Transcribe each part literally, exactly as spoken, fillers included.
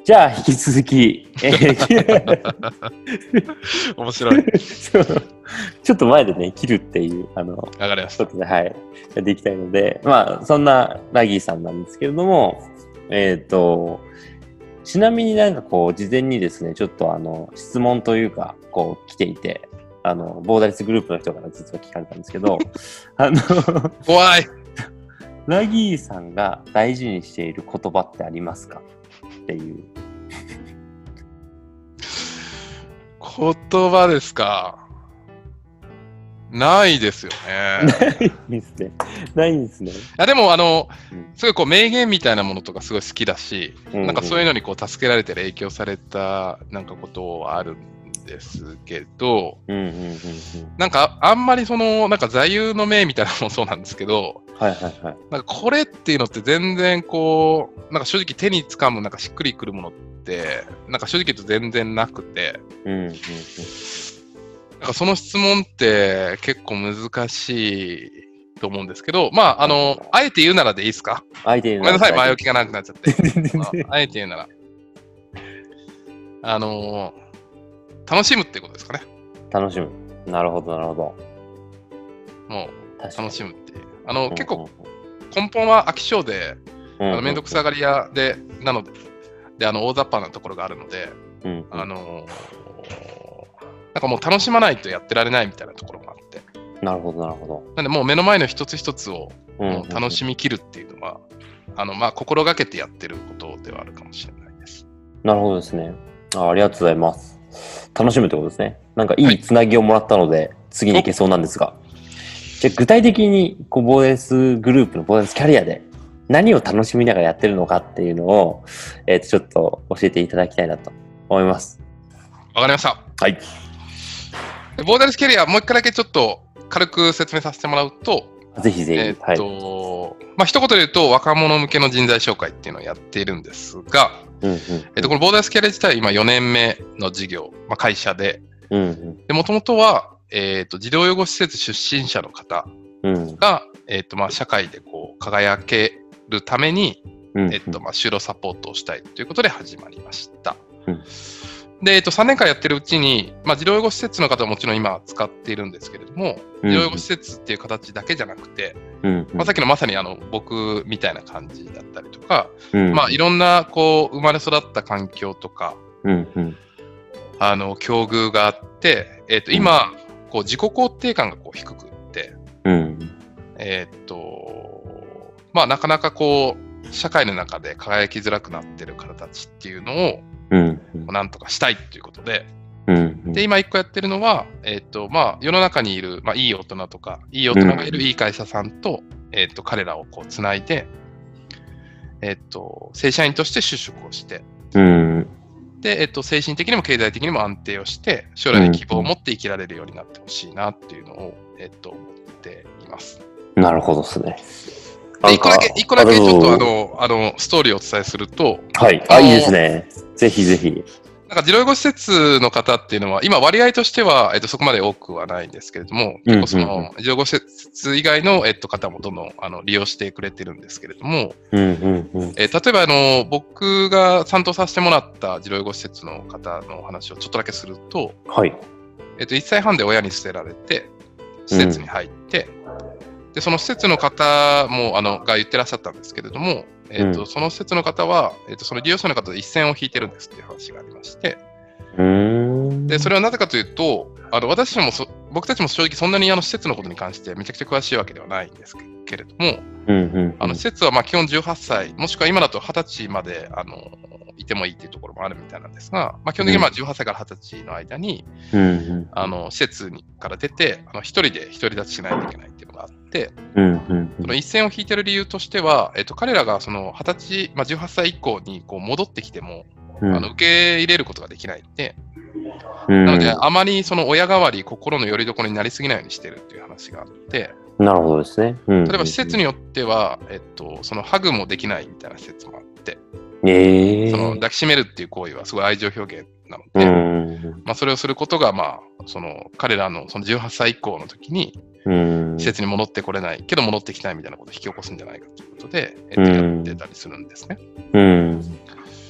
じゃあ引き続き、えー、 面白い。 ちょっと前でね、切るっていう、あの、 わかりました。 ことで、はい、やっていきたいので、まあ、そんなラギーさんなんですけれども、えっと、ちなみになんかこう、事前にですね、ちょっとあの、質問というか、こう、来ていて、あの、ボーダレスグループの人から実は聞かれたんですけど、あの、 怖い。 ラギーさんが大事にしている言葉ってありますかっていう。 言葉ですか。ないですよね。 ないですね。ないんですね。 あでも、あの、 うん、 すごいこう名言みたいなものとかすごい好きだし、 うんうん、 なんかそういうのにこう助けられて影響されたなんかことはあるんですけど、 うんうんうんうん、 なんかあんまりその、なんか座右の銘みたいなのもそうなんですけど、 はいはいはい。 なんかこれっていうのって全然こう、なんか正直手につかむなんかしっくりくるものって、なんか正直言うと全然なくて、 うんうんうん、 なんかその質問って結構難しいと思うんですけど、まあ、あの、あえて言うならでいいですか？ あえて言うなら。 ごめんなさい、前置きがなくなっちゃって。 然あえて言うなら。あのー、楽しむってことですかね。 楽しむ。なるほど、なるほど。 もう、楽しむっていう。あの、 うんうん、 結構、根本は飽き性で、 うんうん、 あのめんどくさがり屋で、なので、で、あの、大雑把なところがあるので、 うんうん、 あのー、なんかもう楽しまないとやってられないみたいなところがあって。 なるほど、なるほど。 なんで、もう目の前の一つ一つをもう楽しみきるっていうのは、うんうんうん、あの、まあ、心がけてやってることではあるかもしれないです。 なるほどですね。あ、ありがとうございます。楽しむってことですね。なんかいいつなぎをもらったので、はい、次に行けそうなんですが。じゃあ具体的に、こう、ボーダレスグループのボーダレスキャリアで何を楽しみながらやってるのかっていうのを、えっと、ちょっと教えていただきたいなと思います。 わかりました。 はい。 ボーダレスキャリア、もう一回だけちょっと軽く説明させてもらうと、 ぜひぜひ。 えーっと、はい、まあ、一言で言うと、若者向けの人材紹介っていうのをやっているんですが、うんうんうん、えっと、このボーダレスキャリア自体は今よねんめの事業、まあ、会社で、もともとは、えーっと、児童養護施設出身者の方が、うん、えーっと、まあ、社会でこう、輝けるために、うんうん、えーっと、まあ、就労サポートをしたいということで始まりました。うんで、えっと、さんねんかんやってるうちに、まあ、児童養護施設の方はもちろん今使っているんですけれども、児童養護施設っていう形だけじゃなくて、うんまあ、さっきのまさにあの僕みたいな感じだったりとか、うんまあ、いろんなこう生まれ育った環境とか、うんうん、あの境遇があって、えっと、今、こう自己肯定感がこう低くって、うん、えっと、まあ、なかなかこう、社会の中で輝きづらくなってる方たちっていうのを、うんうん、なんとかしたいということで、うんうん、で今一個やってるのは、えーとまあ、世の中にいる、まあ、いい大人とかいい大人がいるいい会社さんと、うんえー、と彼らをこうつないで、えーと、正社員として就職をして、うん、で、えーと、精神的にも経済的にも安定をして将来に希望を持って生きられるようになってほしいなっていうのを、えー、と思っています。 なるほどですね。 一個だけ、一個だけちょっとあの、あの、ストーリーをお伝えすると。 はい。あ、いいですね。ぜひぜひ。 なんか、児童養護施設の方っていうのは、今割合としては、えっと、そこまで多くはないんですけれども、結構その、児童養護施設以外の、えっと、方もどんどん、あの、利用してくれてるんですけれども、うんうんうんえー、例えば、あの、僕が担当させてもらった児童養護施設の方のお話をちょっとだけすると、はい。えっと、いっさいはんで親に捨てられて、施設に入って、うん、で、その施設の方も、あの、が言ってらっしゃったんですけれども、えーとうん、その施設の方は、えーと、その利用者の方で一線を引いてるんですっていう話がありまして、うーんでそれはなぜかというと、あの私もそ僕たちも正直そんなにあの施設のことに関してめちゃくちゃ詳しいわけではないんですけれども、うんうんうん、あの施設はまあ基本じゅうはっさい、もしくは今だとはたちまであのいてもいいというところもあるみたいなんですが、まあ、基本的にまあじゅうはっさいからはたちの間に、うんうん、あの施設にから出て、あの一人で独り立ちしないといけないっていうのがあって、うんうんうん、その一線を引いてる理由としては、えっと、彼らがそのはたち、まあ、じゅうはっさい以降にこう戻ってきても、うん、あの受け入れることができないんで、うん、なのであまりその親代わり心の拠り所になりすぎないようにしてるっていう話があって、 なるほどですね。 うんうんうん、例えば施設によっては、えっと、そのハグもできないみたいな施設もあって、 えー、 その抱きしめるっていう行為はすごい愛情表現なので、うんまあ、それをすることが、まあ、その彼らのそのじゅうはっさい以降の時に施設に戻ってこれないけど戻ってきたいみたいなことを引き起こすんじゃないかということで、えっと、やってたりするんですね。うん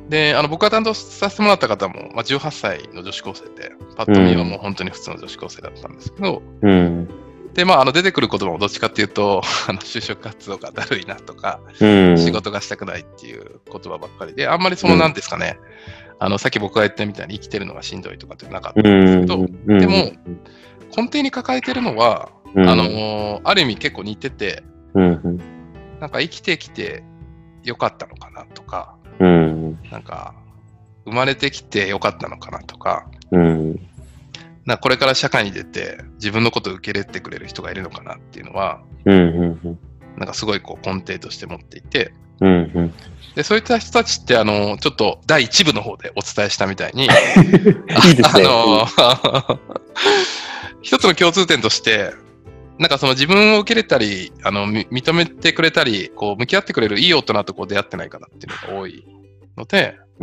で、あの僕が担当させてもらった方も、まあ、じゅうはっさいの女子高生で、パッと見はもう本当に普通の女子高生だったんですけど、 うん、 で、まあ、あの出てくる言葉もどっちかっていうと、あの就職活動がだるいなとか、 うん、 仕事がしたくないっていう言葉ばっかりで、あんまりそのなんですかね、うん、あのさっき僕が言ったみたいに生きてるのがしんどいとかってなかったんですけど、うん、でも、根底に抱えてるのは、うん、あのある意味結構似てて、うん、なんか生きてきてよかったのかなとか、うん、なんか生まれてきてよかったのかなとか、うん、なんかこれから社会に出て自分のことを受け入れてくれる人がいるのかなっていうのは、うんうんうん、なんかすごいこう根底として持っていて、うんうん、でそういった人たちってあのちょっとだいいち部の方でお伝えしたみたいにいいですね、あの一つの共通点としてなんかその自分を受け入れたりあの認めてくれたりこう向き合ってくれるいい大人とこう出会ってない方っていうのが多いので、うん、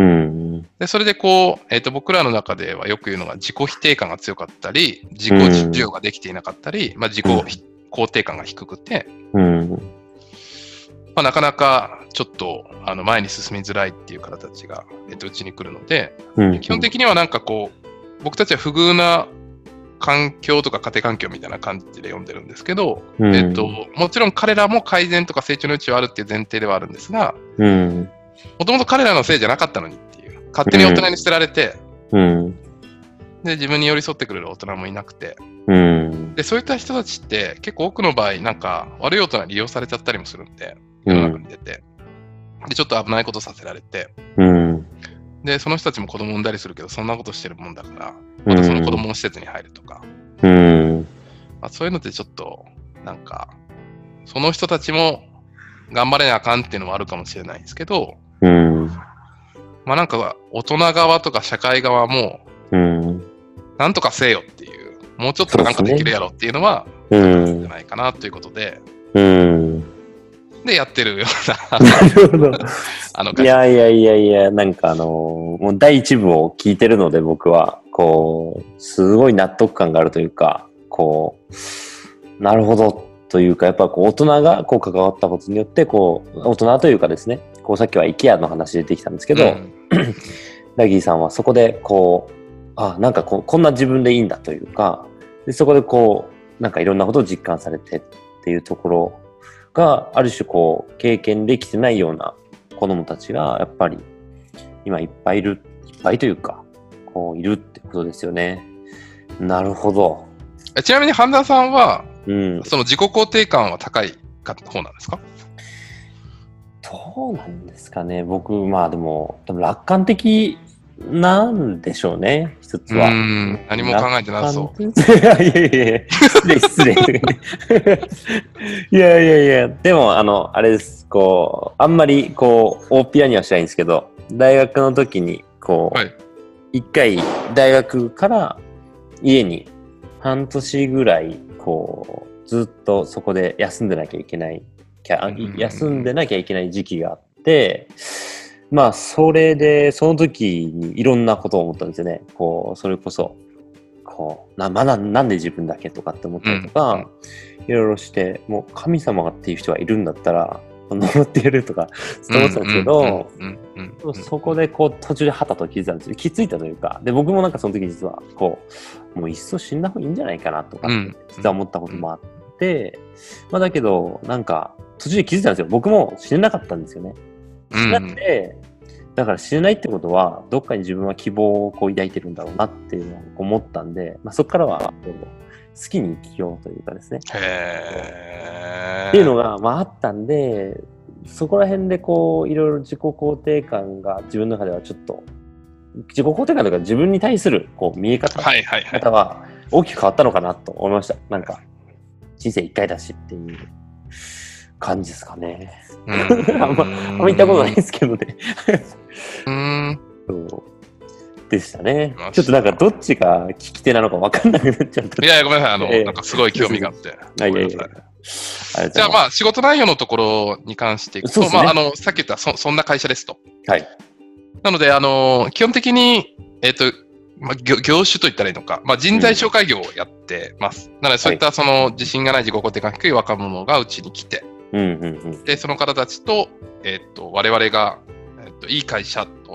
でそれでこう、えーと、僕らの中ではよく言うのが自己否定感が強かったり自己受容ができていなかったり、うんまあ、自己肯定感が低くて、うんまあ、なかなかちょっとあの前に進みづらいっていう方たちが、えーと、うちに来るので、うん、基本的にはなんかこう僕たちは不遇な環境とか家庭環境みたいな感じで読んでるんですけど、うんえーと、もちろん彼らも改善とか成長の余地はあるっていう前提ではあるんですが、うんもともと彼らのせいじゃなかったのにっていう。勝手に大人に捨てられて、うん、で、自分に寄り添ってくれる大人もいなくて、うん、で、そういった人たちって結構多くの場合、なんか悪い大人に利用されちゃったりもするんで、世の中に出て、で、ちょっと危ないことさせられて、うん、で、その人たちも子供産んだりするけど、そんなことしてるもんだから、またその子供の施設に入るとか、うんまあ、そういうのってちょっと、なんか、その人たちも頑張れなあかんっていうのもあるかもしれないんですけど、うん、まあなんか大人側とか社会側も、うん、なんとかせよっていう、もうちょっとなんかできるやろっていうのは、うん、じゃないかなということで、うん、でやってるような。なるほど。 あのいやいやいやいや、なんかあのー、もう第一部を聞いてるので僕は、こう、すごい納得感があるというか、こう、なるほど。というか、やっぱこう大人がこう関わったことによって、こう、大人というかですね、こうさっきは IKEA の話出てきたんですけど、うん、ラギーさんはそこでこう、あ、なんかこうこんな自分でいいんだというか、でそこでこう、なんかいろんなことを実感されてっていうところが、ある種こう、経験できてないような子供たちが、やっぱり今いっぱいいる、いっぱいというか、こういるってことですよね。なるほど。 ちなみに半田さんは、うん、その自己肯定感は高い方なんですか？ どうなんですかね。僕、まあでも、多分楽観的なんでしょうね、一つは。 うん何も考えてなさそう。いやいやいや、失礼、失礼。いやいやいや、でも、あの、あれです、こう、あんまり、こう、大ピアにはしないんですけど、大学の時に、こう、はい、一回、大学から家に半年ぐらい、こう、ずっとそこで休んでなきゃいけない、休んでなきゃいけない時期があって、まあ、それで、その時にいろんなことを思ったんですよね。こう、それこそ、こう、な、まだ、なんで自分だけとかって思ったりとか、いろいろして、もう神様がっていう人がいるんだったら、登ってやるとか、そう思ってたんですけど、そこでこう、途中ではたと気づいたんですよ。気づいたというか、で、僕もなんかその時実は、こう、もういっそ死んだ方がいいんじゃないかなとか、実は思ったこともあって、まあだけど、なんか、途中で気づいたんですよ。僕も死ねなかったんですよね。死ねなくて、だから死ねないってことは、どっかに自分は希望をこう抱いてるんだろうなっていうのを思ったんで、まあそこからは、好きに生きようというかですね。へーっていうのが、まああったんで、そこら辺でこう、いろいろ自己肯定感が自分の中ではちょっと、自己肯定感というか自分に対するこう見え方、はいはいはい、方は大きく変わったのかなと思いました。なんか、人生一回だしっていう感じですかね。うんあんま、あんま言ったことないですけどね。うんそうでしたね。ちょっとなんかどっちが聞き手なのか分かんなくなっちゃった。 いやいや、ごめんなさい。あの、えー、なんかすごい興味があって。いやいやいやじゃあまあ、仕事内容のところに関していくと、ね、まあ、あの、さっき言ったそ、そんな会社ですと。はい。なので、あの、基本的に、えっと、まあ、業, 業種と言ったらいいのか、まあ、人材紹介業をやってます。うん、なので、そういったその自信がない自己肯定感低い若者がうちに来て、うんうんうん、で、その方たちと、えっと、我々が、えっと、いい会社と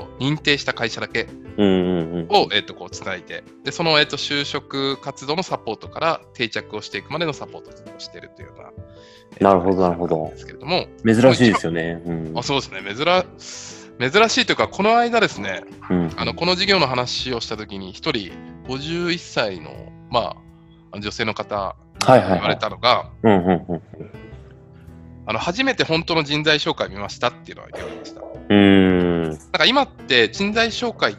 こう認定した会社だけうんうんうん、 を、えっと、こうつないで、で、その、えっと、就職活動のサポートから定着をしていくまでのサポートをしているというような。 なるほど、なるほど。 ですけれども。 珍しいですよね。うん、 あ、そうですね。珍、珍しいというか、この間ですね、うん、あの、この事業の話をしたときに、一人ごじゅういっさいの、まあ、女性の方に言われたのが、あの、初めて本当の人材紹介見ましたっていうのは言われました。 うーん。 なんか今って人材紹介って、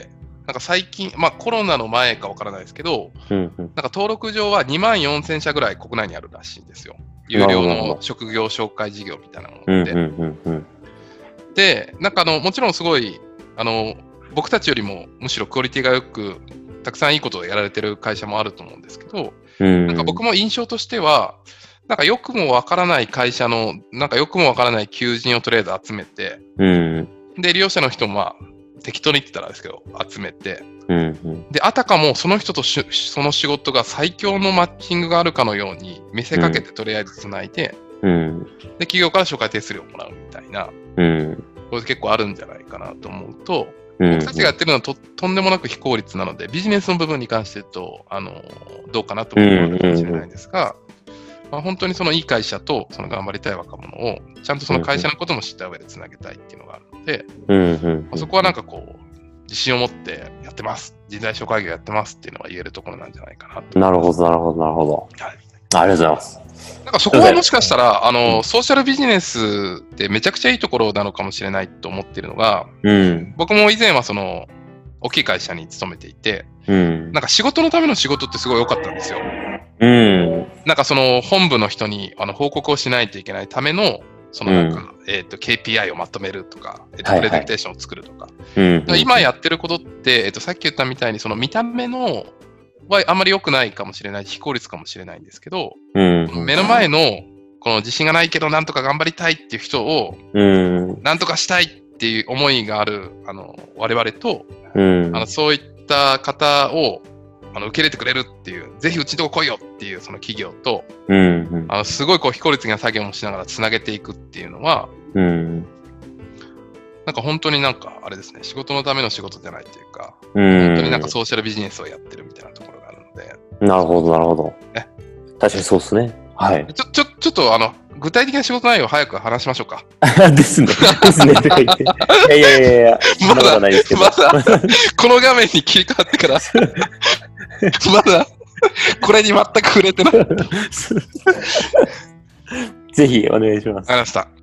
なんか最近、まあコロナの前かわからないですけど、うんうん、なんか登録上はにまんよんせんしゃぐらい国内にあるらしいんですよ。有料の職業紹介事業みたいなものって。で、なんかあの、もちろんすごい、あの、僕たちよりもむしろクオリティがよく、たくさんいいことをやられてる会社もあると思うんですけど、うん、なんか僕も印象としては、なんか良くもわからない会社の、なんか良くもわからない求人をとりあえず集めて、うん、で、利用者の人もまあ、適当に言ってたらですけど、集めて、うんうん、で、あたかもその人としその仕事が最強のマッチングがあるかのように見せかけてとりあえずつないで、うん、で、企業から紹介手数料をもらうみたいな、うん、これ結構あるんじゃないかなと思うと、うん、僕たちがやってるのは と, とんでもなく非効率なので、ビジネスの部分に関して言うと、あの、どうかなと思うかもしれないんですが、まあ、本当にそのいい会社とその頑張りたい若者をちゃんとその会社のことも知った上でつなげたいっていうのがあるので、うんうんまあ、そこはなんかこう自信を持ってやってます、人材紹介業やってますっていうのは言えるところなんじゃないかなと。 なるほどなるほどなるほど、はい、ありがとうございます。 なんかそこはもしかしたらあの、うん、ソーシャルビジネスってめちゃくちゃいいところなのかもしれないと思っているのが、うん、僕も以前はその大きい会社に勤めていて、うん、なんか仕事のための仕事ってすごい良かったんですよ。うん、なんかその本部の人にあの報告をしないといけないための、そのなんか、うん、えっと ケーピーアイ をまとめるとか、えっとプレゼンテーションを作るとか。はいはい、今やってることって、えっとさっき言ったみたいにその見た目のはあんまり良くないかもしれない、非効率かもしれないんですけど、うん、目の前のこの自信がないけどなんとか頑張りたいっていう人を、うん、なんとかしたいっていう思いがあるあの我々と、うん、あのそういった方をあの受け入れてくれるっていう、ぜひうちのとこ来いよっていうその企業と、うんうん、あのすごいこう非効率な作業もしながらつなげていくっていうのは、うん、なんか本当になんかあれですね、仕事のための仕事じゃないというか、うん、本当になんかソーシャルビジネスをやってるみたいなところがあるので。 なるほどなるほど。ね、確かにそうですね。はい。 ちょちょちょっとあの具体的な仕事内容を早く話しましょうか。 ですね。ですね。とか言って。いやいやいやいや、 まだないですけど。まだこの画面に切り替わってから。まだ、これに全く触れてない。 ぜひお願いします。 ありました。